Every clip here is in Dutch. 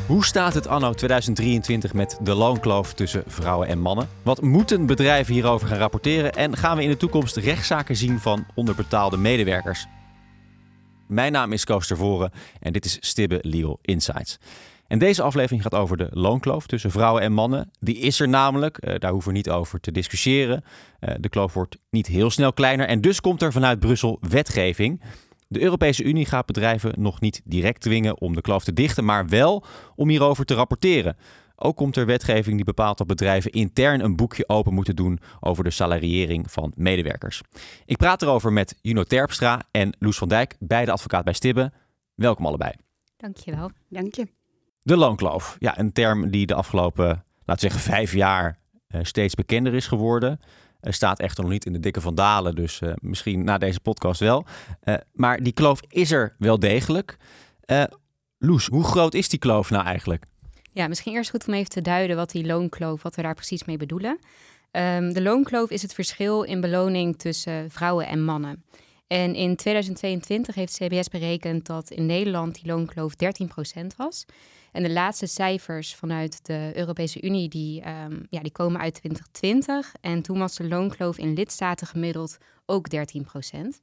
Hoe staat het anno 2023 met de loonkloof tussen vrouwen en mannen? Wat moeten bedrijven hierover gaan rapporteren? En gaan we in de toekomst rechtszaken zien van onderbetaalde medewerkers? Mijn naam is Koos Tervoren en dit is Stibbe Legal Insights. En deze aflevering gaat over de loonkloof tussen vrouwen en mannen. Die is er namelijk, daar hoeven we niet over te discussiëren. De kloof wordt niet heel snel kleiner en dus komt er vanuit Brussel wetgeving. De Europese Unie gaat bedrijven nog niet direct dwingen om de kloof te dichten, maar wel om hierover te rapporteren. Ook komt er wetgeving die bepaalt dat bedrijven intern een boekje open moeten doen over de salariëring van medewerkers. Ik praat erover met Juno Terpstra en Loes van Dijk, beide advocaat bij Stibbe. Welkom allebei. Dankjewel. Dank je. De loonkloof, ja, een term die de afgelopen, laten we zeggen, 5 jaar steeds bekender is geworden. Staat echter nog niet in de dikke van Dalen, dus misschien na deze podcast wel. Maar die kloof is er wel degelijk. Loes, hoe groot is die kloof nou eigenlijk? Ja, misschien eerst goed om even te duiden wat die loonkloof, wat we daar precies mee bedoelen. De loonkloof is het verschil in beloning tussen vrouwen en mannen. En in 2022 heeft CBS berekend dat in Nederland die loonkloof 13% was. En de laatste cijfers vanuit de Europese Unie die komen uit 2020. En toen was de loonkloof in lidstaten gemiddeld ook 13%.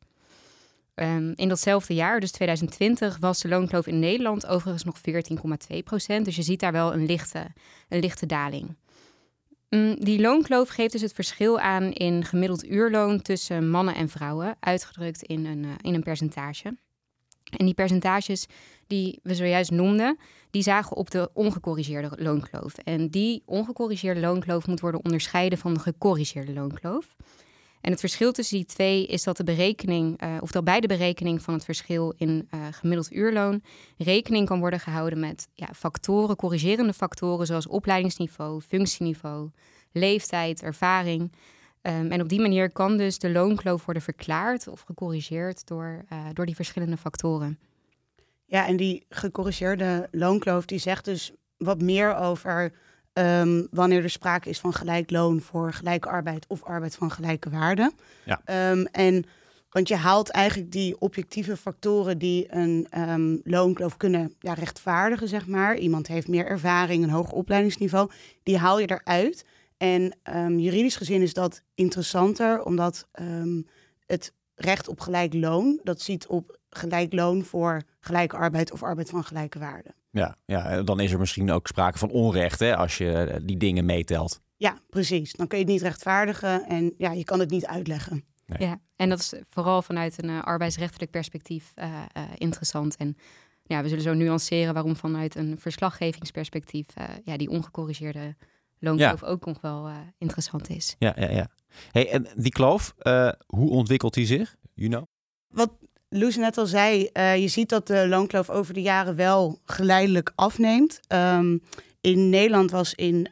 In datzelfde jaar, dus 2020, was de loonkloof in Nederland overigens nog 14,2%. Dus je ziet daar wel een lichte daling. Die loonkloof geeft dus het verschil aan in gemiddeld uurloon tussen mannen en vrouwen, uitgedrukt in een percentage. En die percentages die we zojuist noemden, die zagen op de ongecorrigeerde loonkloof. En die ongecorrigeerde loonkloof moet worden onderscheiden van de gecorrigeerde loonkloof. En het verschil tussen die twee is dat bij de berekening van het verschil in gemiddeld uurloon rekening kan worden gehouden met factoren, corrigerende factoren zoals opleidingsniveau, functieniveau, leeftijd, ervaring. En op die manier kan dus de loonkloof worden verklaard of gecorrigeerd door die verschillende factoren. Ja, en die gecorrigeerde loonkloof die zegt dus wat meer over wanneer er sprake is van gelijk loon voor gelijke arbeid of arbeid van gelijke waarde. Ja. Want je haalt eigenlijk die objectieve factoren die een loonkloof kunnen rechtvaardigen, zeg maar. Iemand heeft meer ervaring, een hoger opleidingsniveau. Die haal je eruit. En juridisch gezien is dat interessanter, omdat het recht op gelijk loon, dat ziet op gelijk loon voor gelijke arbeid of arbeid van gelijke waarde. Ja, dan is er misschien ook sprake van onrecht, hè, als je die dingen meetelt. Ja, precies. Dan kun je het niet rechtvaardigen en je kan het niet uitleggen. Nee. Ja, en dat is vooral vanuit een arbeidsrechtelijk perspectief interessant. En we zullen zo nuanceren waarom vanuit een verslaggevingsperspectief die ongecorrigeerde loonkloof ook nog wel interessant is. Ja. Hey, en die kloof, hoe ontwikkelt die zich? Wat Loes net al zei, je ziet dat de loonkloof over de jaren wel geleidelijk afneemt. In Nederland was in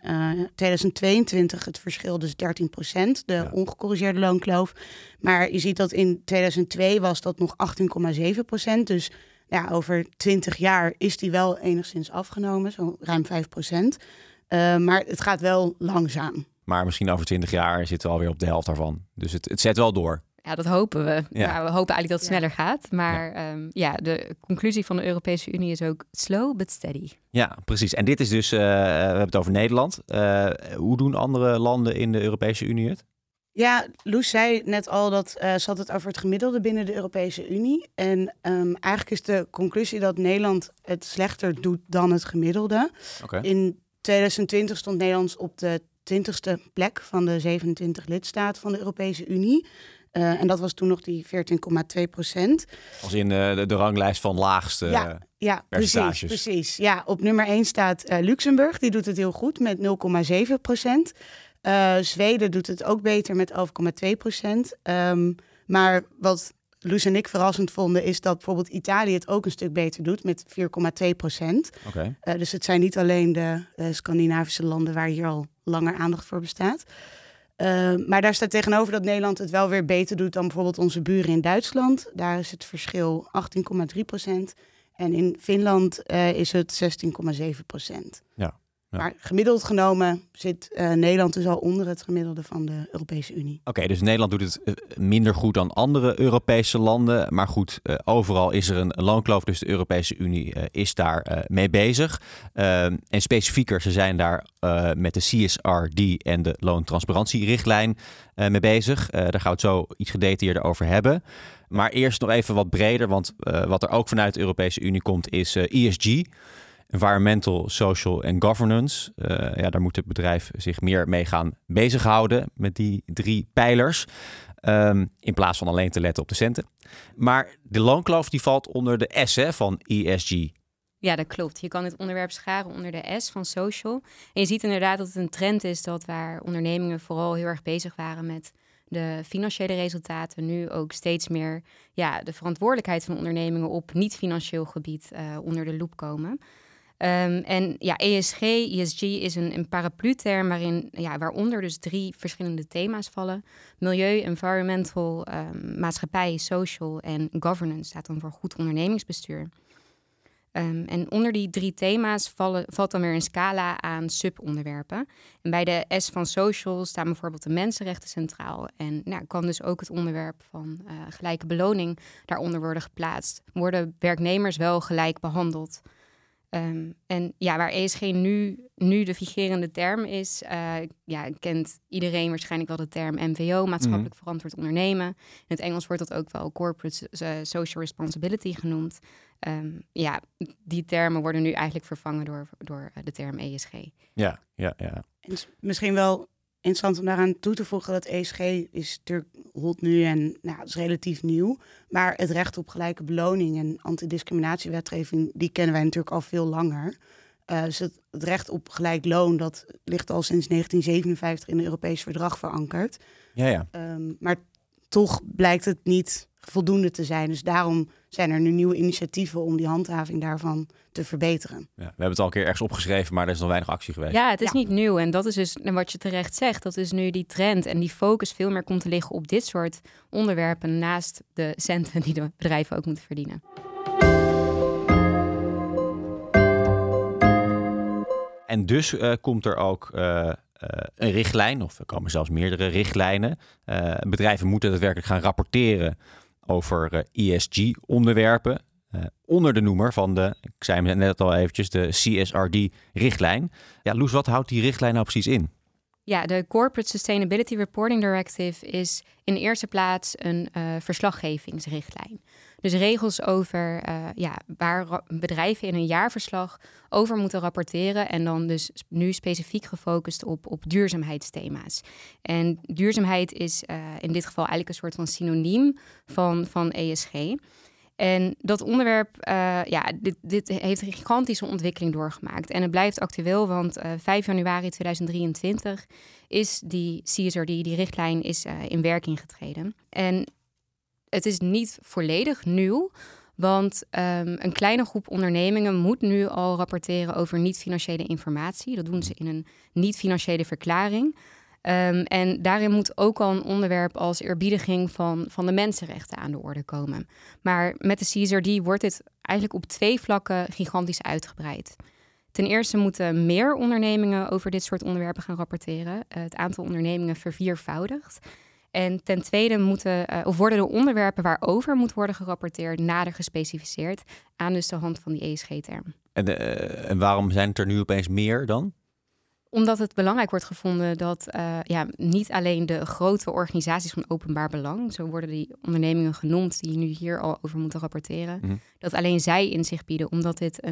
2022 het verschil dus 13%, de ongecorrigeerde loonkloof. Maar je ziet dat in 2002 was dat nog 18,7%. Dus over 20 jaar is die wel enigszins afgenomen, zo ruim 5%. Maar het gaat wel langzaam. Maar misschien over 20 jaar zitten we alweer op de helft daarvan. Dus het zet wel door. Ja, dat hopen we. Ja. We hopen eigenlijk dat het sneller gaat. Maar de conclusie van de Europese Unie is ook slow but steady. Ja, precies. En dit is dus, we hebben het over Nederland. Hoe doen andere landen in de Europese Unie het? Ja, Loes zei net al dat ze had het over het gemiddelde binnen de Europese Unie. En eigenlijk is de conclusie dat Nederland het slechter doet dan het gemiddelde. Okay. In 2020 stond Nederland op de 20ste plek van de 27 lidstaten van de Europese Unie. En dat was toen nog die 14,2%. Als in de ranglijst van laagste percentages. Precies. Ja, op nummer 1 staat Luxemburg. Die doet het heel goed met 0,7%. Zweden doet het ook beter met 11,2%. Maar wat Loes en ik verrassend vonden is dat bijvoorbeeld Italië het ook een stuk beter doet met 4,2%. Okay. Dus het zijn niet alleen de Scandinavische landen waar hier al langer aandacht voor bestaat. Maar daar staat tegenover dat Nederland het wel weer beter doet dan bijvoorbeeld onze buren in Duitsland. Daar is het verschil 18,3%. En in Finland is het 16,7%. Ja. Ja. Maar gemiddeld genomen zit Nederland dus al onder het gemiddelde van de Europese Unie. Oké, dus Nederland doet het minder goed dan andere Europese landen. Maar goed, overal is er een loonkloof, dus de Europese Unie is daar mee bezig. En specifieker, ze zijn daar met de CSRD en de loontransparantierichtlijn mee bezig. Daar gaan we het zo iets gedetailleerder over hebben. Maar eerst nog even wat breder, want wat er ook vanuit de Europese Unie komt is ESG. Environmental, Social en Governance. Daar moet het bedrijf zich meer mee gaan bezighouden met die 3 pijlers. In plaats van alleen te letten op de centen. Maar de loonkloof die valt onder de S van ESG. Ja, dat klopt. Je kan het onderwerp scharen onder de S van social. En je ziet inderdaad dat het een trend is dat waar ondernemingen vooral heel erg bezig waren met de financiële resultaten, nu ook steeds meer de verantwoordelijkheid van ondernemingen op niet-financieel gebied onder de loep komen. ESG is een paraplu-term waaronder dus 3 verschillende thema's vallen. Milieu, environmental, maatschappij, social en governance staat dan voor goed ondernemingsbestuur. En onder die 3 thema's valt dan weer een scala aan subonderwerpen. En bij de S van social staan bijvoorbeeld de mensenrechten centraal. En kan dus ook het onderwerp van gelijke beloning daaronder worden geplaatst. Worden werknemers wel gelijk behandeld? Waar ESG nu de vigerende term is, kent iedereen waarschijnlijk wel de term MVO, maatschappelijk verantwoord ondernemen. In het Engels wordt dat ook wel corporate social responsibility genoemd. Die termen worden nu eigenlijk vervangen door de term ESG. Ja. En het is misschien wel interessant om daaraan toe te voegen dat ESG is natuurlijk hot nu en het is relatief nieuw. Maar het recht op gelijke beloning en antidiscriminatiewetgeving, die kennen wij natuurlijk al veel langer. Dus het recht op gelijk loon, dat ligt al sinds 1957 in het Europees Verdrag verankerd. Ja. Maar toch blijkt het niet voldoende te zijn. Dus daarom zijn er nu nieuwe initiatieven om die handhaving daarvan te verbeteren. Ja, we hebben het al een keer ergens opgeschreven, maar er is nog weinig actie geweest. Ja, het is niet nieuw. En dat is dus wat je terecht zegt. Dat is nu die trend en die focus veel meer komt te liggen op dit soort onderwerpen naast de centen die de bedrijven ook moeten verdienen. En dus komt er ook een richtlijn, of er komen zelfs meerdere richtlijnen. Bedrijven moeten daadwerkelijk gaan rapporteren over ESG-onderwerpen. Onder de noemer van ik zei net al eventjes, de CSRD-richtlijn. Ja, Loes, wat houdt die richtlijn nou precies in? Ja, de Corporate Sustainability Reporting Directive is in de eerste plaats een verslaggevingsrichtlijn. Dus regels over waar bedrijven in een jaarverslag over moeten rapporteren. En dan dus nu specifiek gefocust op duurzaamheidsthema's. En duurzaamheid is in dit geval eigenlijk een soort van synoniem van ESG. En dat onderwerp, dit heeft een gigantische ontwikkeling doorgemaakt. En het blijft actueel, want 5 januari 2023 is die CSRD, die richtlijn, is in werking getreden. En het is niet volledig nieuw, want een kleine groep ondernemingen moet nu al rapporteren over niet-financiële informatie. Dat doen ze in een niet-financiële verklaring. En daarin moet ook al een onderwerp als eerbiediging van de mensenrechten aan de orde komen. Maar met de CSRD wordt dit eigenlijk op 2 vlakken gigantisch uitgebreid. Ten eerste moeten meer ondernemingen over dit soort onderwerpen gaan rapporteren. Het aantal ondernemingen verviervoudigt. En ten tweede worden de onderwerpen waarover moet worden gerapporteerd nader gespecificeerd aan dus de hand van die ESG-term. En waarom zijn het er nu opeens meer dan? Omdat het belangrijk wordt gevonden dat niet alleen de grote organisaties van openbaar belang, zo worden die ondernemingen genoemd die nu hier al over moeten rapporteren, dat alleen zij inzicht bieden, omdat dit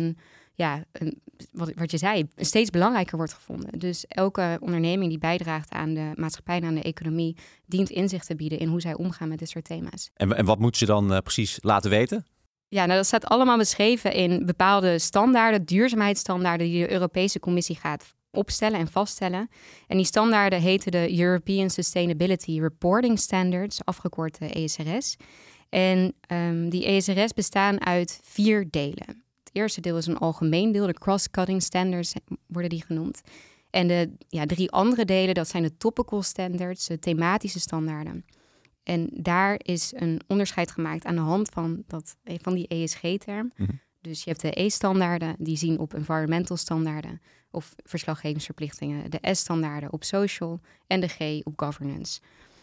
wat je zei, steeds belangrijker wordt gevonden. Dus elke onderneming die bijdraagt aan de maatschappij en aan de economie, dient inzicht te bieden in hoe zij omgaan met dit soort thema's. En wat moeten ze dan precies laten weten? Ja, dat staat allemaal beschreven in bepaalde standaarden, duurzaamheidsstandaarden die de Europese Commissie gaat opstellen en vaststellen. En die standaarden heten de European Sustainability Reporting Standards, afgekort de ESRS. En die ESRS bestaan uit 4 delen. Het eerste deel is een algemeen deel, de cross-cutting standards worden die genoemd. En de 3 andere delen, dat zijn de topical standards, de thematische standaarden. En daar is een onderscheid gemaakt aan de hand van die ESG-term. Dus je hebt de E-standaarden, die zien op environmental standaarden of verslaggevingsverplichtingen. De S-standaarden op social en de G op governance.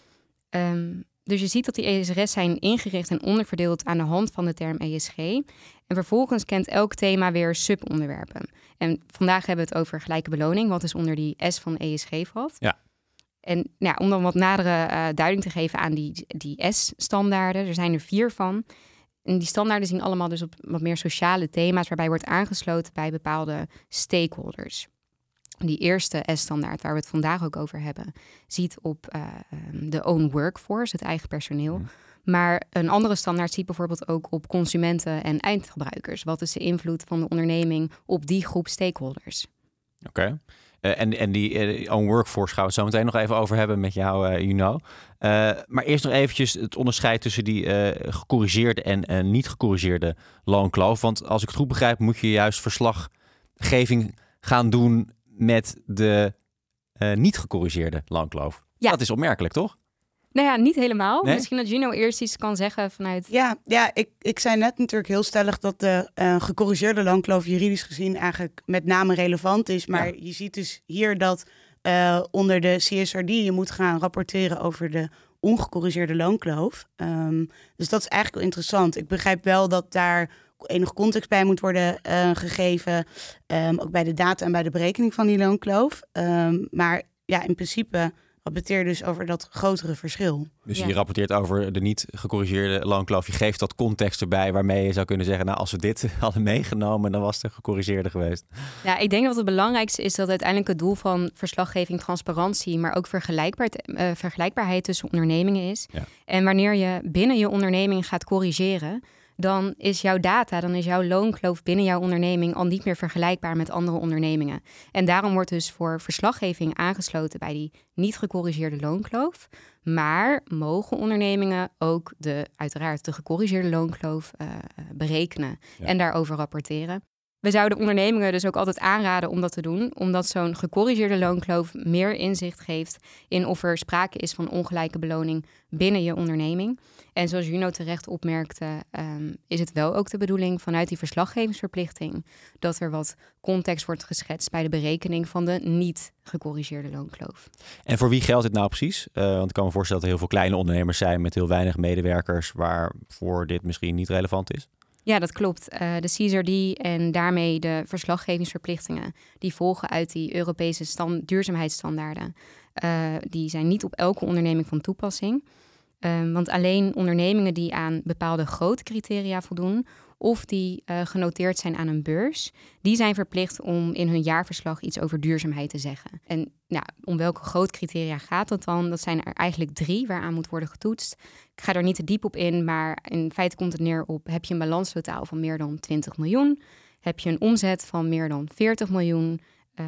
Dus je ziet dat die ESRS zijn ingericht en onderverdeeld aan de hand van de term ESG. En vervolgens kent elk thema weer subonderwerpen. En vandaag hebben we het over gelijke beloning, wat dus onder die S van ESG valt. Ja. En om dan wat nadere duiding te geven aan die S-standaarden, er zijn er 4 van. En die standaarden zien allemaal dus op wat meer sociale thema's, waarbij wordt aangesloten bij bepaalde stakeholders. Die eerste S-standaard, waar we het vandaag ook over hebben, ziet op de own workforce, het eigen personeel. Maar een andere standaard ziet bijvoorbeeld ook op consumenten en eindgebruikers. Wat is de invloed van de onderneming op die groep stakeholders? Oké. En die own workforce gaan we het zo meteen nog even over hebben met jou, maar eerst nog eventjes het onderscheid tussen die gecorrigeerde en niet gecorrigeerde loonkloof. Want als ik het goed begrijp, moet je juist verslaggeving gaan doen met de niet gecorrigeerde loonkloof. Ja. Dat is opmerkelijk, toch? Nou ja, niet helemaal. Nee? Misschien dat Gino eerst iets kan zeggen vanuit... Ja, ik zei net natuurlijk heel stellig dat de gecorrigeerde loonkloof juridisch gezien eigenlijk met name relevant is. Maar je ziet dus hier dat onder de CSRD je moet gaan rapporteren over de ongecorrigeerde loonkloof. Dus dat is eigenlijk wel interessant. Ik begrijp wel dat daar enige context bij moet worden gegeven. Ook bij de data en bij de berekening van die loonkloof. Maar ja, in principe rapporteer dus over dat grotere verschil. Dus je rapporteert over de niet gecorrigeerde loonkloof. Je geeft dat context erbij waarmee je zou kunnen zeggen, nou, als we dit hadden meegenomen, dan was het een gecorrigeerde geweest. Ja, ik denk dat het belangrijkste is dat uiteindelijk het doel van verslaggeving transparantie, maar ook vergelijkbaarheid tussen ondernemingen is. Ja. En wanneer je binnen je onderneming gaat corrigeren, dan is jouw data, dan is jouw loonkloof binnen jouw onderneming al niet meer vergelijkbaar met andere ondernemingen. En daarom wordt dus voor verslaggeving aangesloten bij die niet gecorrigeerde loonkloof. Maar mogen ondernemingen ook uiteraard de gecorrigeerde loonkloof berekenen en daarover rapporteren. We zouden ondernemingen dus ook altijd aanraden om dat te doen, omdat zo'n gecorrigeerde loonkloof meer inzicht geeft in of er sprake is van ongelijke beloning binnen je onderneming. En zoals Juno terecht opmerkte, is het wel ook de bedoeling vanuit die verslaggevingsverplichting dat er wat context wordt geschetst bij de berekening van de niet gecorrigeerde loonkloof. En voor wie geldt dit nou precies? Want ik kan me voorstellen dat er heel veel kleine ondernemers zijn met heel weinig medewerkers waarvoor dit misschien niet relevant is. Ja, dat klopt. De CSRD en daarmee de verslaggevingsverplichtingen die volgen uit die Europese duurzaamheidsstandaarden. Die zijn niet op elke onderneming van toepassing. Want alleen ondernemingen die aan bepaalde grote criteria voldoen of die genoteerd zijn aan een beurs, die zijn verplicht om in hun jaarverslag iets over duurzaamheid te zeggen. En om welke grote criteria gaat dat dan? Dat zijn er eigenlijk 3 waaraan moet worden getoetst. Ik ga er niet te diep op in, maar in feite komt het neer op: heb je een balanstotaal van meer dan 20 miljoen? Heb je een omzet van meer dan 40 miljoen?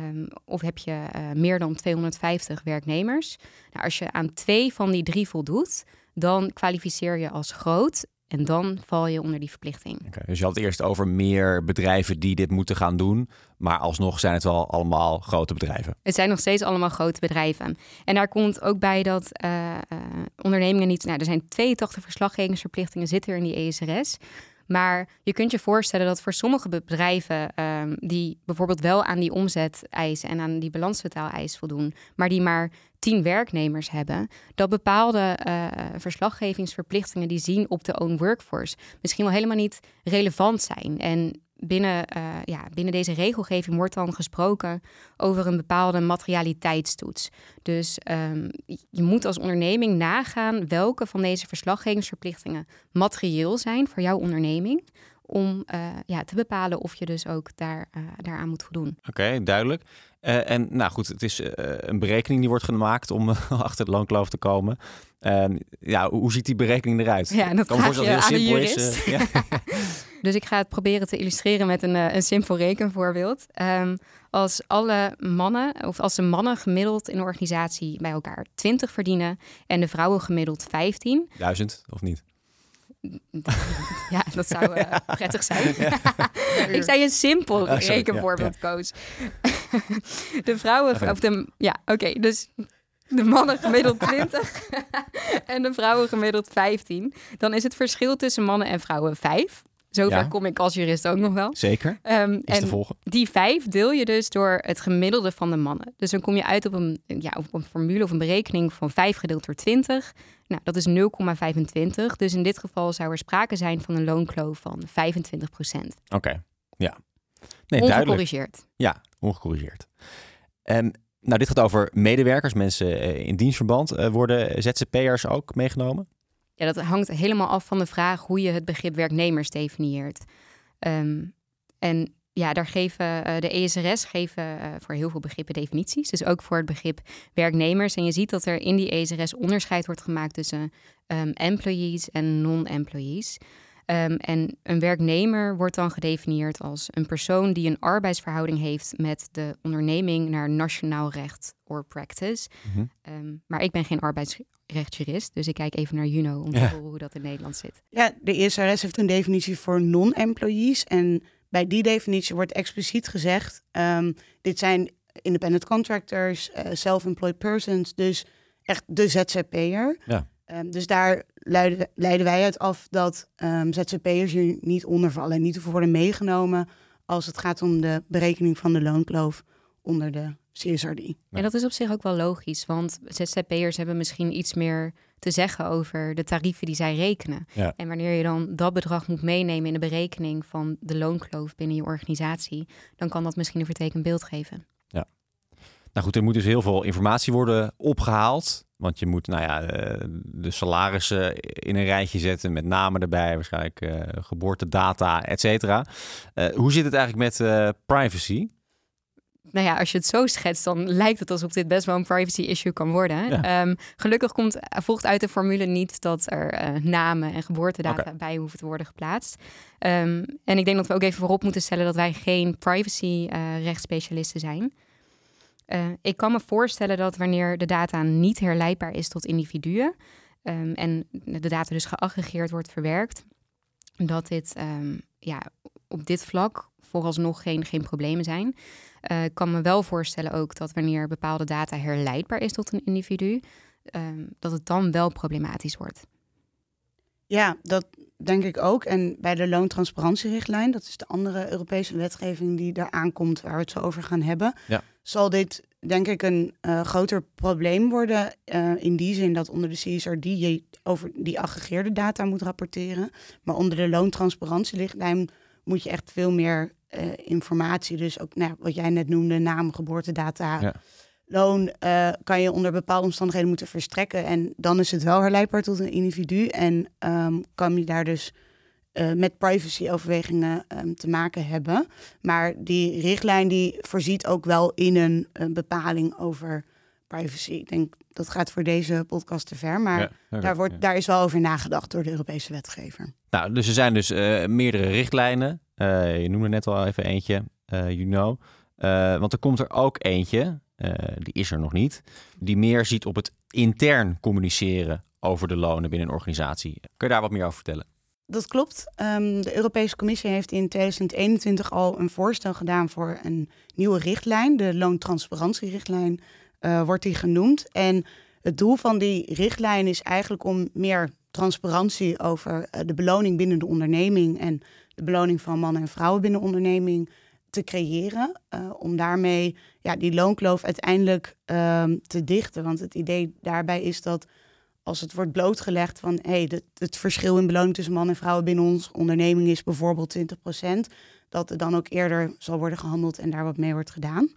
Of heb je meer dan 250 werknemers? Nou, als je aan 2 van die 3 voldoet, dan kwalificeer je als groot en dan val je onder die verplichting. Okay, dus je had het eerst over meer bedrijven die dit moeten gaan doen, maar alsnog zijn het wel allemaal grote bedrijven. Het zijn nog steeds allemaal grote bedrijven. En daar komt ook bij dat ondernemingen niet... er zijn 82 verslaggevingsverplichtingen zitten er in die ESRS. Maar je kunt je voorstellen dat voor sommige bedrijven die bijvoorbeeld wel aan die omzeteisen en aan die balanstotaaleis voldoen, maar die maar 10 werknemers hebben, dat bepaalde verslaggevingsverplichtingen die zien op de own workforce misschien wel helemaal niet relevant zijn. En binnen deze regelgeving wordt dan gesproken over een bepaalde materialiteitstoets. Dus je moet als onderneming nagaan welke van deze verslaggevingsverplichtingen materieel zijn voor jouw onderneming, om te bepalen of je dus ook daaraan moet voldoen. Oké, duidelijk. En nou goed, het is een berekening die wordt gemaakt om achter de loonkloof te komen. Hoe ziet die berekening eruit? Ja, dat kan vraag je heel aan de simpel jurist. Is. Dus ik ga het proberen te illustreren met een simpel rekenvoorbeeld. Als alle mannen, of als de mannen gemiddeld in de organisatie bij elkaar 20 verdienen en de vrouwen gemiddeld 15. 1000 of niet? Ja, dat zou prettig zijn. Ja. Ik zei een simpel rekenvoorbeeld, Koos. De vrouwen... Dus de mannen gemiddeld 20 en de vrouwen gemiddeld 15. Dan is het verschil tussen mannen en vrouwen 5. Zover kom ik als jurist ook nog wel. Zeker, is en te volgen. Die 5 deel je dus door het gemiddelde van de mannen. Dus dan kom je uit op een formule of een berekening van 5 gedeeld door 20. Nou, dat is 0,25. Dus in dit geval zou er sprake zijn van een loonkloof van 25%. Oké, ja. Nee, ongecorrigeerd. Duidelijk. Ja, ongecorrigeerd. En nou, dit gaat over medewerkers, mensen in dienstverband. Worden ZZP'ers ook meegenomen? Ja, dat hangt helemaal af van de vraag hoe je het begrip werknemers definieert. En ja, daar geven de ESRS voor heel veel begrippen definities. Dus ook voor het begrip werknemers. En je ziet dat er in die ESRS onderscheid wordt gemaakt tussen employees en non-employees. En een werknemer wordt dan gedefinieerd als een persoon die een arbeidsverhouding heeft met de onderneming naar nationaal recht or practice. Mm-hmm. Maar ik ben geen arbeidsrechtsjurist, dus ik kijk even naar Juno om te horen hoe dat in Nederland zit. Ja, de ESRS heeft een definitie voor non-employees. En bij die definitie wordt expliciet gezegd, dit zijn independent contractors, self-employed persons, dus echt de ZZP'er. Ja. Dus daar leiden wij uit af dat ZZP'ers hier niet onder vallen en niet hoeven worden meegenomen als het gaat om de berekening van de loonkloof onder de CSRD. Ja. En dat is op zich ook wel logisch, want ZZP'ers hebben misschien iets meer te zeggen over de tarieven die zij rekenen. Ja. En wanneer je dan dat bedrag moet meenemen in de berekening van de loonkloof binnen je organisatie, dan kan dat misschien een vertekend beeld geven. Ja. Nou goed, er moet dus heel veel informatie worden opgehaald. Want je moet de salarissen in een rijtje zetten met namen erbij, waarschijnlijk geboortedata, et cetera. Hoe zit het eigenlijk met privacy? Nou ja, als je het zo schetst, dan lijkt het alsof dit best wel een privacy issue kan worden. Ja. Gelukkig volgt uit de formule niet dat er namen en geboortedata bij hoeven te worden geplaatst. En ik denk dat we ook even voorop moeten stellen dat wij geen privacy rechtsspecialisten zijn. Ik kan me voorstellen dat wanneer de data niet herleidbaar is tot individuen en de data dus geaggregeerd wordt verwerkt, dat dit op dit vlak vooralsnog geen problemen zijn. Ik kan me wel voorstellen ook dat wanneer bepaalde data herleidbaar is tot een individu, dat het dan wel problematisch wordt. Ja, dat denk ik ook. En bij de loontransparantierichtlijn, dat is de andere Europese wetgeving die daar aankomt, waar we het zo over gaan hebben, zal dit denk ik een groter probleem worden. In die zin dat onder de CSRD je over die aggregeerde data moet rapporteren. Maar onder de loontransparantierichtlijn moet je echt veel meer informatie. Dus ook wat jij net noemde, naam, geboortedata. Ja. Loon kan je onder bepaalde omstandigheden moeten verstrekken. En dan is het wel herleidbaar tot een individu. En kan je daar dus met privacy-overwegingen te maken hebben. Maar die richtlijn die voorziet ook wel in een bepaling over privacy. Ik denk dat gaat voor deze podcast te ver. Maar daar is wel over nagedacht door de Europese wetgever. Nou, dus er zijn dus meerdere richtlijnen. Je noemde net al even eentje, want er komt er ook eentje, die is er nog niet, die meer ziet op het intern communiceren over de lonen binnen een organisatie. Kun je daar wat meer over vertellen? Dat klopt. De Europese Commissie heeft in 2021 al een voorstel gedaan voor een nieuwe richtlijn. De loontransparantierichtlijn wordt die genoemd. En het doel van die richtlijn is eigenlijk om meer transparantie over de beloning binnen de onderneming en de beloning van mannen en vrouwen binnen de onderneming te creëren. Om daarmee die loonkloof uiteindelijk te dichten. Want het idee daarbij is dat als het wordt blootgelegd van het verschil in beloning tussen man en vrouwen binnen onze onderneming is bijvoorbeeld 20%, dat er dan ook eerder zal worden gehandeld en daar wat mee wordt gedaan.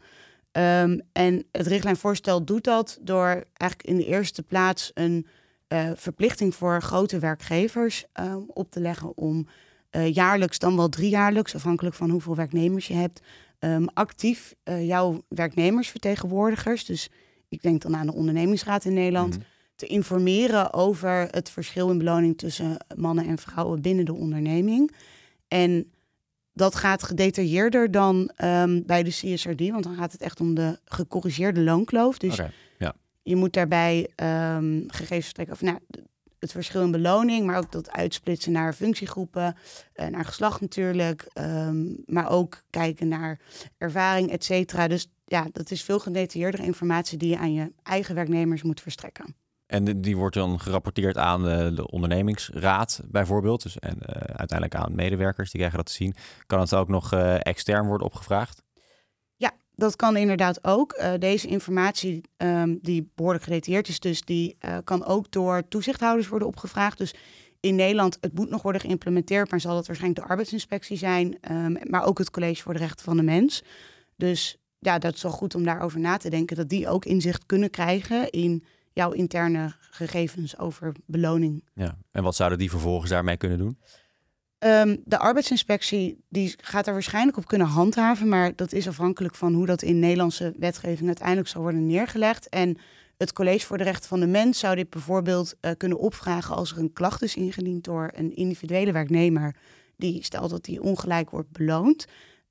En het richtlijnvoorstel doet dat door eigenlijk in de eerste plaats een verplichting voor grote werkgevers op te leggen om jaarlijks, dan wel 3-jaarlijks, afhankelijk van hoeveel werknemers je hebt, actief jouw werknemersvertegenwoordigers, dus ik denk dan aan de ondernemingsraad in Nederland, te informeren over het verschil in beloning tussen mannen en vrouwen binnen de onderneming. En dat gaat gedetailleerder dan bij de CSRD, want dan gaat het echt om de gecorrigeerde loonkloof. Dus je moet daarbij gegevens vertrekken over het verschil in beloning, maar ook dat uitsplitsen naar functiegroepen, naar geslacht natuurlijk, maar ook kijken naar ervaring, et cetera. Dus dat is veel gedetailleerdere informatie die je aan je eigen werknemers moet verstrekken. En die wordt dan gerapporteerd aan de ondernemingsraad bijvoorbeeld. Dus, en uiteindelijk aan medewerkers, die krijgen dat te zien. Kan het ook nog extern worden opgevraagd? Ja, dat kan inderdaad ook. Deze informatie die behoorlijk gedetailleerd is, dus die kan ook door toezichthouders worden opgevraagd. Dus in Nederland, het moet nog worden geïmplementeerd, maar zal dat waarschijnlijk de arbeidsinspectie zijn. Maar ook het College voor de Rechten van de Mens. Dus ja, dat is wel goed om daarover na te denken, dat die ook inzicht kunnen krijgen in jouw interne gegevens over beloning. Ja. En wat zouden die vervolgens daarmee kunnen doen? De arbeidsinspectie die gaat er waarschijnlijk op kunnen handhaven, maar dat is afhankelijk van hoe dat in Nederlandse wetgeving uiteindelijk zal worden neergelegd. En het College voor de Rechten van de Mens zou dit bijvoorbeeld kunnen opvragen als er een klacht is ingediend door een individuele werknemer die stelt dat die ongelijk wordt beloond.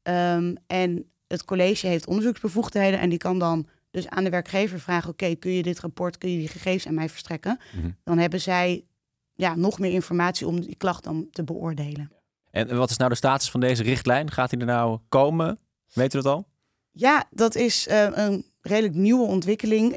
En het college heeft onderzoeksbevoegdheden en die kan dan dus aan de werkgever vragen, oké, kun je dit rapport, kun je die gegevens aan mij verstrekken? Mm-hmm. Dan hebben zij nog meer informatie om die klacht dan te beoordelen. En wat is nou de status van deze richtlijn? Gaat die er nou komen? Weet u dat al? Ja, dat is een redelijk nieuwe ontwikkeling.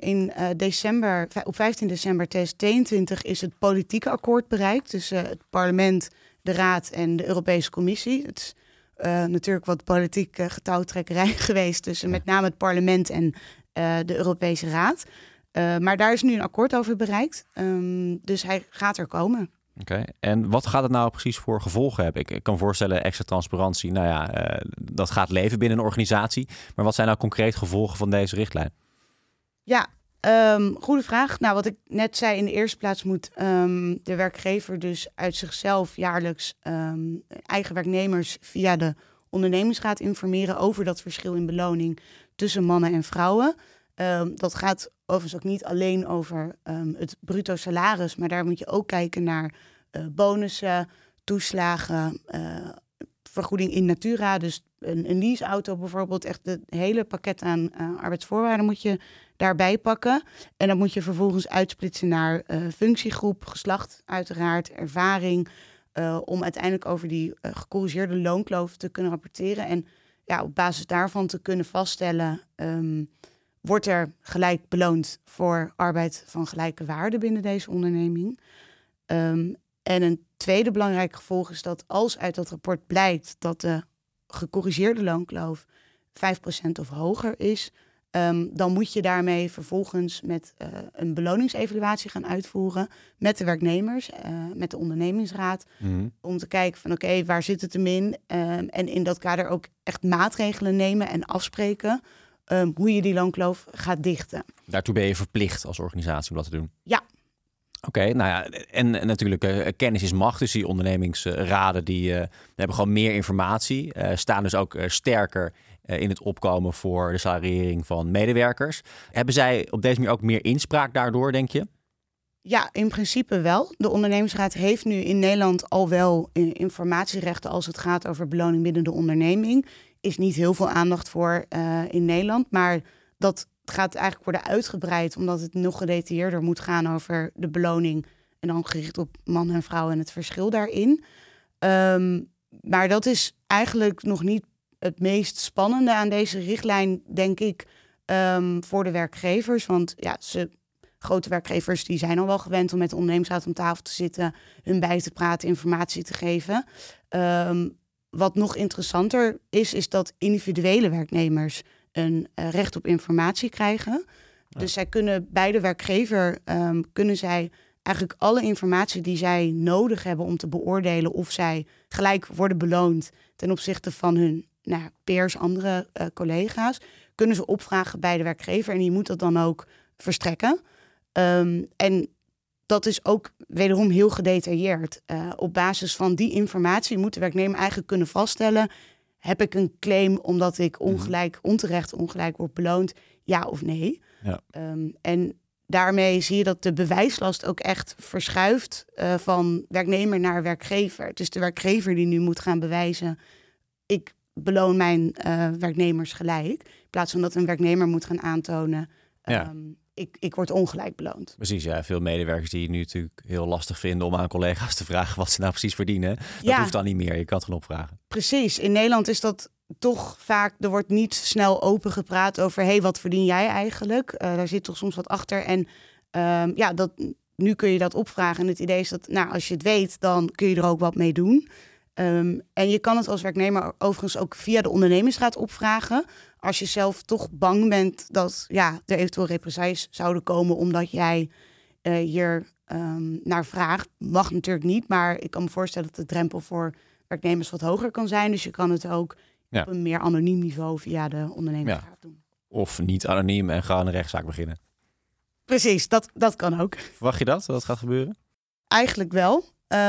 Op 15 december 2022 is het politieke akkoord bereikt tussen het parlement, de Raad en de Europese Commissie. Het is natuurlijk wat politiek getouwtrekkerij geweest tussen met name het parlement en de Europese Raad. Maar daar is nu een akkoord over bereikt. Dus hij gaat er komen. Oké. En wat gaat het nou precies voor gevolgen hebben? Ik kan voorstellen, extra transparantie, dat gaat leven binnen een organisatie. Maar wat zijn nou concreet gevolgen van deze richtlijn? Ja, goede vraag. Nou, wat ik net zei, in de eerste plaats moet de werkgever dus uit zichzelf jaarlijks eigen werknemers via de ondernemingsraad informeren over dat verschil in beloning tussen mannen en vrouwen. Dat gaat overigens ook niet alleen over het bruto salaris, maar daar moet je ook kijken naar bonussen, toeslagen, vergoeding in natura. Dus een leaseauto bijvoorbeeld, echt het hele pakket aan arbeidsvoorwaarden moet je daarbij pakken. En dan moet je vervolgens uitsplitsen naar functiegroep, geslacht uiteraard, ervaring, om uiteindelijk over die gecorrigeerde loonkloof te kunnen rapporteren. En ja, op basis daarvan te kunnen vaststellen, wordt er gelijk beloond voor arbeid van gelijke waarde binnen deze onderneming. En een tweede belangrijk gevolg is dat als uit dat rapport blijkt dat de gecorrigeerde loonkloof 5% of hoger is, dan moet je daarmee vervolgens met een beloningsevaluatie gaan uitvoeren met de werknemers, met de ondernemingsraad, om te kijken van oké, waar zit het hem in? En in dat kader ook echt maatregelen nemen en afspreken hoe je die loonkloof gaat dichten. Daartoe ben je verplicht als organisatie om dat te doen? Ja. Oké, nou ja, en natuurlijk kennis is macht. Dus die ondernemingsraden die hebben gewoon meer informatie. Staan dus ook sterker in het opkomen voor de salariering van medewerkers. Hebben zij op deze manier ook meer inspraak daardoor, denk je? Ja, in principe wel. De ondernemingsraad heeft nu in Nederland al wel informatierechten als het gaat over beloning binnen de onderneming. Is niet heel veel aandacht voor in Nederland, maar dat gaat eigenlijk worden uitgebreid omdat het nog gedetailleerder moet gaan over de beloning en dan gericht op mannen en vrouwen en het verschil daarin. Maar dat is eigenlijk nog niet het meest spannende aan deze richtlijn, denk ik, voor de werkgevers. Want ja, grote werkgevers die zijn al wel gewend om met de ondernemingsraad om tafel te zitten, hun bij te praten, informatie te geven. Wat nog interessanter is dat individuele werknemers een recht op informatie krijgen. Ja. Dus zij kunnen bij de werkgever kunnen zij eigenlijk alle informatie die zij nodig hebben om te beoordelen of zij gelijk worden beloond ten opzichte van hun peers, andere collega's, kunnen ze opvragen bij de werkgever en die moet dat dan ook verstrekken. En dat is ook wederom heel gedetailleerd. Op basis van die informatie moet de werknemer eigenlijk kunnen vaststellen, heb ik een claim omdat ik onterecht ongelijk word beloond, ja of nee? Ja. En daarmee zie je dat de bewijslast ook echt verschuift van werknemer naar werkgever. Het is de werkgever die nu moet gaan bewijzen, ik beloon mijn werknemers gelijk. In plaats van dat een werknemer moet gaan aantonen, ik word ongelijk beloond. Precies, ja. Veel medewerkers die het nu natuurlijk heel lastig vinden om aan collega's te vragen wat ze nou precies verdienen. Dat hoeft dan niet meer, je kan het gewoon opvragen. Precies, in Nederland is dat toch vaak, er wordt niet snel open gepraat over, wat verdien jij eigenlijk? Daar zit toch soms wat achter. En Nu kun je dat opvragen. En het idee is dat als je het weet, dan kun je er ook wat mee doen. En je kan het als werknemer overigens ook via de ondernemingsraad opvragen. Als je zelf toch bang bent dat er eventueel represailles zouden komen omdat jij hier naar vraagt. Mag natuurlijk niet, maar ik kan me voorstellen dat de drempel voor werknemers wat hoger kan zijn. Dus je kan het ook op een meer anoniem niveau via de ondernemingsraad doen. Of niet anoniem en gewoon een rechtszaak beginnen. Precies, dat kan ook. Verwacht je dat gaat gebeuren? Eigenlijk wel.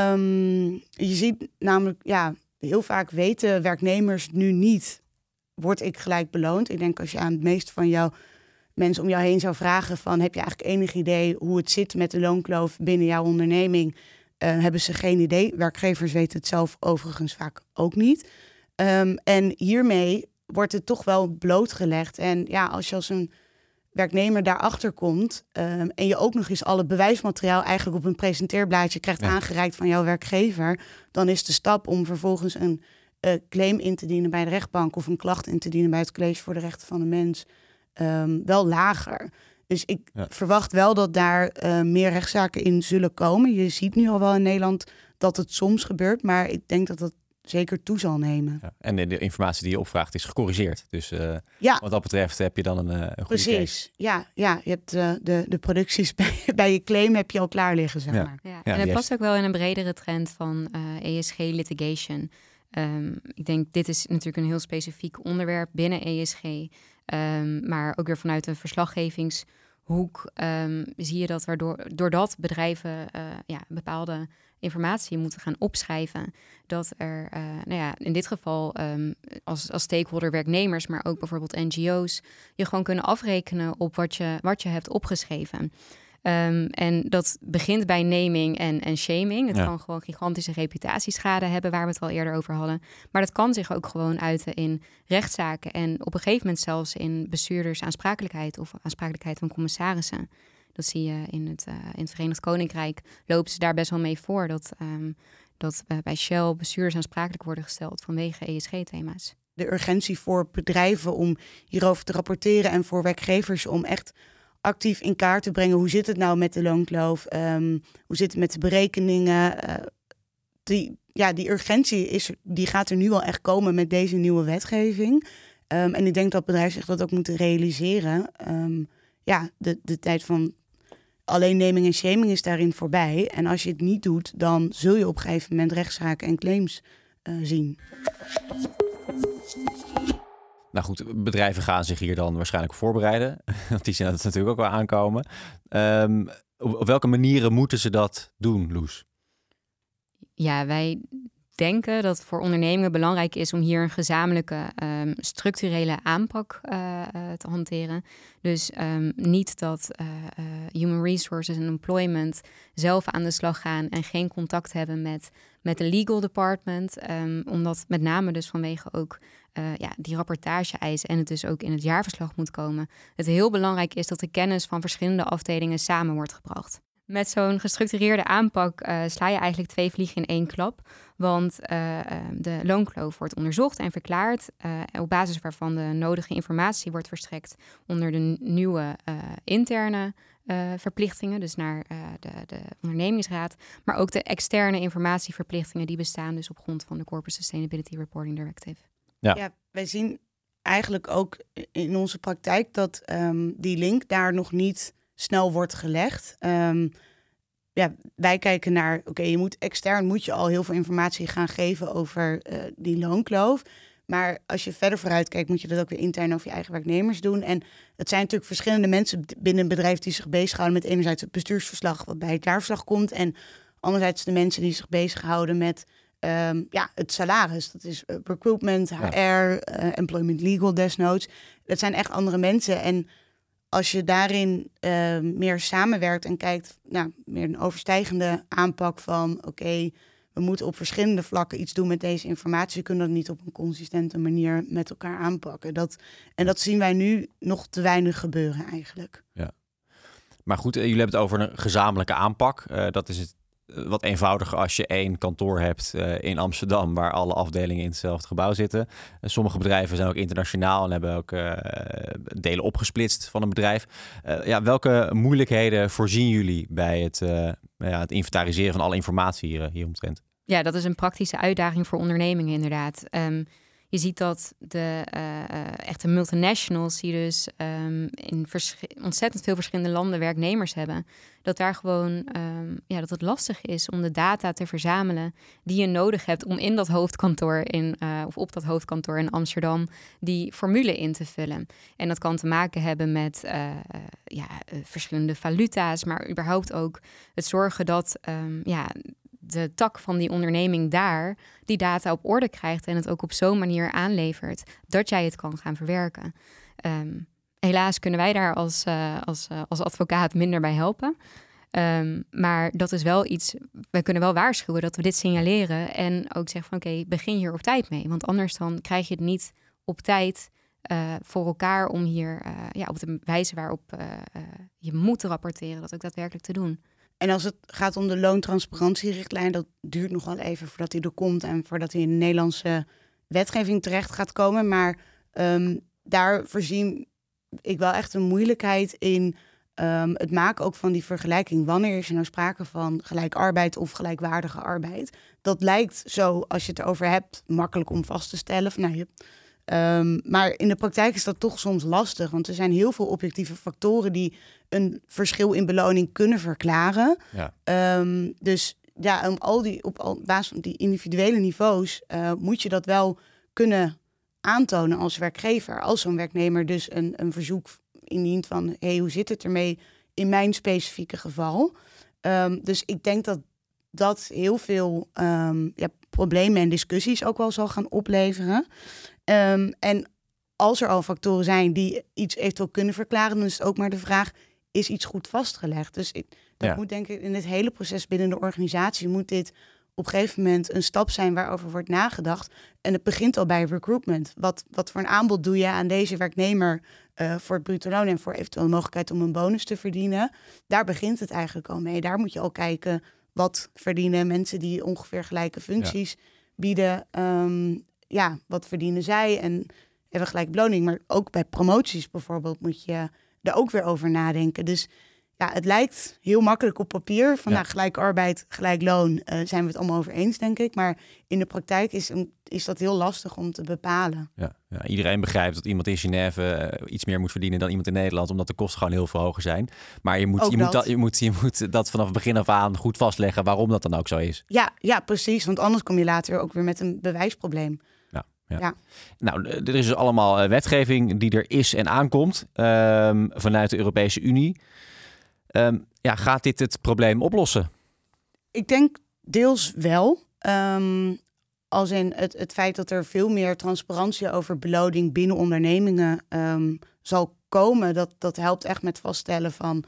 Je ziet namelijk, heel vaak weten werknemers nu niet, word ik gelijk beloond? Ik denk als je aan het meeste van jouw mensen om jou heen zou vragen van, heb je eigenlijk enig idee hoe het zit met de loonkloof binnen jouw onderneming? Hebben ze geen idee. Werkgevers weten het zelf overigens vaak ook niet. En hiermee wordt het toch wel blootgelegd. En als je als een werknemer daarachter komt en je ook nog eens alle bewijsmateriaal eigenlijk op een presenteerblaadje krijgt aangereikt van jouw werkgever, dan is de stap om vervolgens een claim in te dienen bij de rechtbank of een klacht in te dienen bij het College voor de Rechten van de Mens wel lager. Dus ik verwacht wel dat daar meer rechtszaken in zullen komen. Je ziet nu al wel in Nederland dat het soms gebeurt, maar ik denk dat dat zeker toe zal nemen. Ja, en de informatie die je opvraagt is gecorrigeerd. Dus wat dat betreft heb je dan een goede Precies. case. Ja, je hebt de producties bij je claim heb je al klaar liggen, zeg maar. Ja. En het past ook wel in een bredere trend van ESG litigation. Ik denk, dit is natuurlijk een heel specifiek onderwerp binnen ESG. Maar ook weer vanuit een verslaggevingshoek zie je dat doordat bedrijven bepaalde informatie moeten gaan opschrijven, dat er in dit geval als stakeholder werknemers, maar ook bijvoorbeeld NGO's, je gewoon kunnen afrekenen op wat je hebt opgeschreven. En dat begint bij naming en shaming. Het kan gewoon gigantische reputatieschade hebben, waar we het al eerder over hadden. Maar dat kan zich ook gewoon uiten in rechtszaken en op een gegeven moment zelfs in bestuurdersaansprakelijkheid of aansprakelijkheid van commissarissen. Dat zie je in het Verenigd Koninkrijk. Lopen ze daar best wel mee voor dat bij Shell bestuurders aansprakelijk worden gesteld vanwege ESG-thema's. De urgentie voor bedrijven om hierover te rapporteren en voor werkgevers om echt actief in kaart te brengen. Hoe zit het nou met de loonkloof? Hoe zit het met de berekeningen? Die urgentie die gaat er nu wel echt komen met deze nieuwe wetgeving. En ik denk dat bedrijven zich dat ook moeten realiseren. De tijd van alleen naming en shaming is daarin voorbij. En als je het niet doet, dan zul je op een gegeven moment rechtszaken en claims zien. Nou goed, bedrijven gaan zich hier dan waarschijnlijk voorbereiden. Want die zien dat natuurlijk ook wel aankomen. Op welke manieren moeten ze dat doen, Loes? Ja, wij denken dat het voor ondernemingen belangrijk is om hier een gezamenlijke structurele aanpak te hanteren. Dus niet dat Human Resources en Employment zelf aan de slag gaan en geen contact hebben met de legal department. Omdat met name dus vanwege ook die rapportage-eisen en het dus ook in het jaarverslag moet komen. Het heel belangrijk is dat de kennis van verschillende afdelingen samen wordt gebracht. Met zo'n gestructureerde aanpak sla je eigenlijk 2 vliegen in 1 klap. Want de loonkloof wordt onderzocht en verklaard, op basis waarvan de nodige informatie wordt verstrekt onder de nieuwe interne verplichtingen, dus naar de ondernemingsraad, maar ook de externe informatieverplichtingen die bestaan dus op grond van de Corporate Sustainability Reporting Directive. Ja, wij zien eigenlijk ook in onze praktijk dat die link daar nog niet snel wordt gelegd. Wij kijken naar, extern moet je al heel veel informatie gaan geven over die loonkloof. Maar als je verder vooruit kijkt, moet je dat ook weer intern over je eigen werknemers doen. En het zijn natuurlijk verschillende mensen binnen een bedrijf die zich bezighouden met enerzijds het bestuursverslag wat bij het jaarverslag komt. En anderzijds de mensen die zich bezighouden met het salaris. Dat is recruitment, HR, employment legal desnoods. Dat zijn echt andere mensen. En als je daarin meer samenwerkt en kijkt, meer een overstijgende aanpak van we moeten op verschillende vlakken iets doen met deze informatie. We kunnen dat niet op een consistente manier met elkaar aanpakken. Dat zien wij nu nog te weinig gebeuren eigenlijk. Ja. Maar goed, jullie hebben het over een gezamenlijke aanpak. Dat is wat eenvoudiger als je 1 kantoor hebt in Amsterdam, waar alle afdelingen in hetzelfde gebouw zitten. Sommige bedrijven zijn ook internationaal en hebben ook delen opgesplitst van een bedrijf. Welke moeilijkheden voorzien jullie bij het inventariseren van alle informatie hieromtrent? Ja, dat is een praktische uitdaging voor ondernemingen inderdaad. Je ziet dat de echte multinationals die dus in ontzettend veel verschillende landen werknemers hebben, dat daar gewoon dat het lastig is om de data te verzamelen die je nodig hebt om in dat hoofdkantoor of op dat hoofdkantoor in Amsterdam die formule in te vullen. En dat kan te maken hebben met verschillende valuta's, maar überhaupt ook het zorgen dat de tak van die onderneming daar die data op orde krijgt en het ook op zo'n manier aanlevert dat jij het kan gaan verwerken. Helaas kunnen wij daar als advocaat minder bij helpen. Maar dat is wel iets, we kunnen wel waarschuwen dat we dit signaleren en ook zeggen van oké, begin hier op tijd mee. Want anders dan krijg je het niet op tijd voor elkaar om hier op de wijze waarop je moet rapporteren, dat ook daadwerkelijk te doen. En als het gaat om de loontransparantierichtlijn, dat duurt nog wel even voordat die er komt en voordat die in de Nederlandse wetgeving terecht gaat komen. Maar daar voorzie ik wel echt een moeilijkheid in het maken ook van die vergelijking. Wanneer is er nou sprake van gelijk arbeid of gelijkwaardige arbeid? Dat lijkt zo, als je het erover hebt, makkelijk om vast te stellen. Maar in de praktijk is dat toch soms lastig. Want er zijn heel veel objectieve factoren die een verschil in beloning kunnen verklaren. Ja. Dus op basis van die individuele niveaus moet je dat wel kunnen aantonen als werkgever. Als zo'n werknemer dus een verzoek indient van hoe zit het ermee in mijn specifieke geval? Dus ik denk dat heel veel problemen en discussies ook wel zal gaan opleveren. En als er al factoren zijn die iets eventueel kunnen verklaren, dan is het ook maar de vraag, is iets goed vastgelegd? Dus moet denk ik in het hele proces binnen de organisatie, moet dit op een gegeven moment een stap zijn waarover wordt nagedacht. En het begint al bij recruitment. Wat voor een aanbod doe je aan deze werknemer voor het bruto loon en voor eventueel de mogelijkheid om een bonus te verdienen? Daar begint het eigenlijk al mee. Daar moet je al kijken, wat verdienen mensen die ongeveer gelijke functies bieden. Wat verdienen zij en hebben gelijk beloning. Maar ook bij promoties bijvoorbeeld moet je er ook weer over nadenken. Dus het lijkt heel makkelijk op papier. Van gelijk arbeid, gelijk loon zijn we het allemaal over eens, denk ik. Maar in de praktijk is dat heel lastig om te bepalen. Ja, iedereen begrijpt dat iemand in Genève iets meer moet verdienen dan iemand in Nederland, omdat de kosten gewoon heel veel hoger zijn. Maar je moet dat vanaf het begin af aan goed vastleggen waarom dat dan ook zo is. Ja, precies. Want anders kom je later ook weer met een bewijsprobleem. Ja. Nou, er is dus allemaal wetgeving die er is en aankomt vanuit de Europese Unie. Gaat dit het probleem oplossen? Ik denk deels wel. Als in het feit dat er veel meer transparantie over beloning binnen ondernemingen zal komen. Dat helpt echt met vaststellen van,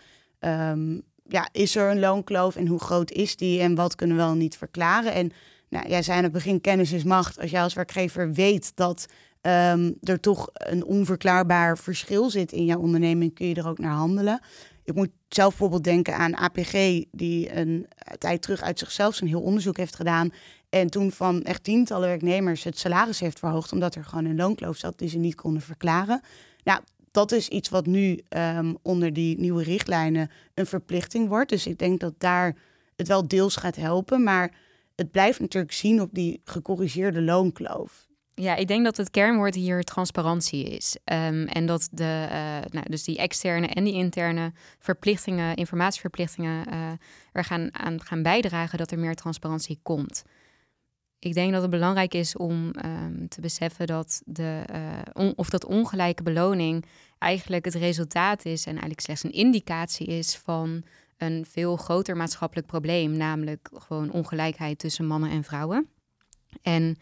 is er een loonkloof en hoe groot is die en wat kunnen we wel niet verklaren? En jij zei aan het begin, kennis is macht. Als jij als werkgever weet dat er toch een onverklaarbaar verschil zit in jouw onderneming, kun je er ook naar handelen. Ik moet zelf bijvoorbeeld denken aan APG, die een tijd terug uit zichzelf zo'n heel onderzoek heeft gedaan. En toen van echt tientallen werknemers het salaris heeft verhoogd, omdat er gewoon een loonkloof zat die ze niet konden verklaren. Nou, dat is iets wat nu onder die nieuwe richtlijnen een verplichting wordt. Dus ik denk dat daar het wel deels gaat helpen. Maar het blijft natuurlijk zien op die gecorrigeerde loonkloof. Ja, ik denk dat het kernwoord hier transparantie is. En dat dus die externe en die interne verplichtingen, informatieverplichtingen, er gaan bijdragen dat er meer transparantie komt. Ik denk dat het belangrijk is om te beseffen dat dat ongelijke beloning eigenlijk het resultaat is en eigenlijk slechts een indicatie is van een veel groter maatschappelijk probleem, namelijk gewoon ongelijkheid tussen mannen en vrouwen. En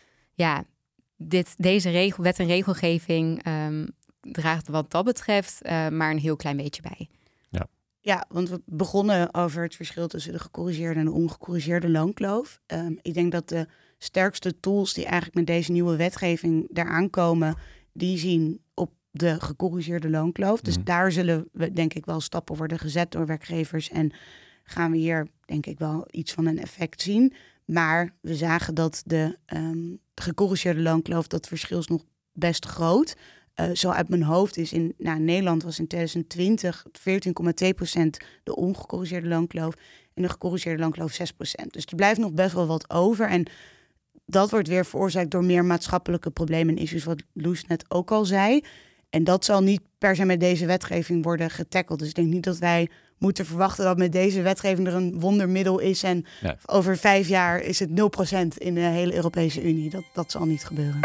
deze wet en regelgeving draagt wat dat betreft maar een heel klein beetje bij. Ja, want we begonnen over het verschil tussen de gecorrigeerde en de ongecorrigeerde loonkloof. Ik denk dat de sterkste tools die eigenlijk met deze nieuwe wetgeving eraan komen, die zien op de gecorrigeerde loonkloof. Dus daar zullen we denk ik wel stappen worden gezet door werkgevers en gaan we hier denk ik wel iets van een effect zien. Maar we zagen dat de gecorrigeerde loonkloof, dat verschil is nog best groot. Zo uit mijn hoofd is in Nederland was in 2020 14,2% de ongecorrigeerde loonkloof en de gecorrigeerde loonkloof 6%. Dus er blijft nog best wel wat over. En dat wordt weer veroorzaakt door meer maatschappelijke problemen en issues, wat Loes net ook al zei. En dat zal niet per se met deze wetgeving worden getackeld. Dus ik denk niet dat wij moeten verwachten dat met deze wetgeving er een wondermiddel is. En over 5 jaar is het 0% in de hele Europese Unie. Dat zal niet gebeuren.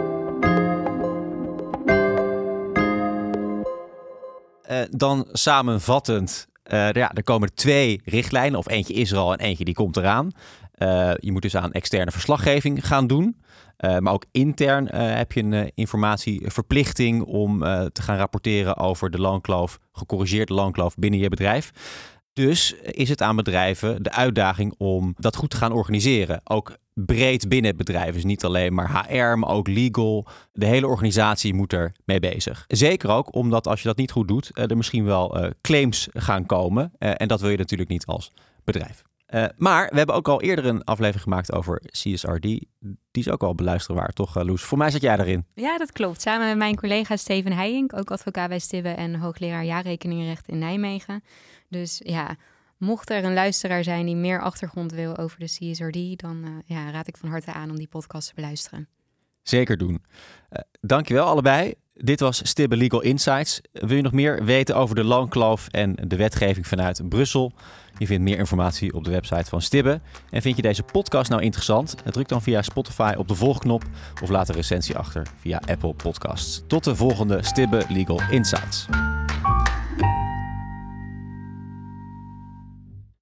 Dan samenvattend, er komen 2 richtlijnen. Of eentje is er al en eentje die komt eraan. Je moet dus aan externe verslaggeving gaan doen. Maar ook intern heb je een informatieverplichting om te gaan rapporteren over de loonkloof, gecorrigeerde loonkloof binnen je bedrijf. Dus is het aan bedrijven de uitdaging om dat goed te gaan organiseren. Ook breed binnen het bedrijf. Dus niet alleen maar HR, maar ook legal. De hele organisatie moet er mee bezig. Zeker ook omdat als je dat niet goed doet, er misschien wel claims gaan komen. En dat wil je natuurlijk niet als bedrijf. Maar we hebben ook al eerder een aflevering gemaakt over CSRD. Die is ook al beluisterbaar, toch Loes? Voor mij zat jij daarin. Ja, dat klopt. Samen met mijn collega Steven Heijink, ook advocaat bij Stibbe en hoogleraar jaarrekeningenrecht in Nijmegen. Dus ja, mocht er een luisteraar zijn die meer achtergrond wil over de CSRD, dan raad ik van harte aan om die podcast te beluisteren. Zeker doen. Dankjewel allebei. Dit was Stibbe Legal Insights. Wil je nog meer weten over de loonkloof en de wetgeving vanuit Brussel? Je vindt meer informatie op de website van Stibbe. En vind je deze podcast nou interessant? Druk dan via Spotify op de volgknop of laat een recensie achter via Apple Podcasts. Tot de volgende Stibbe Legal Insights.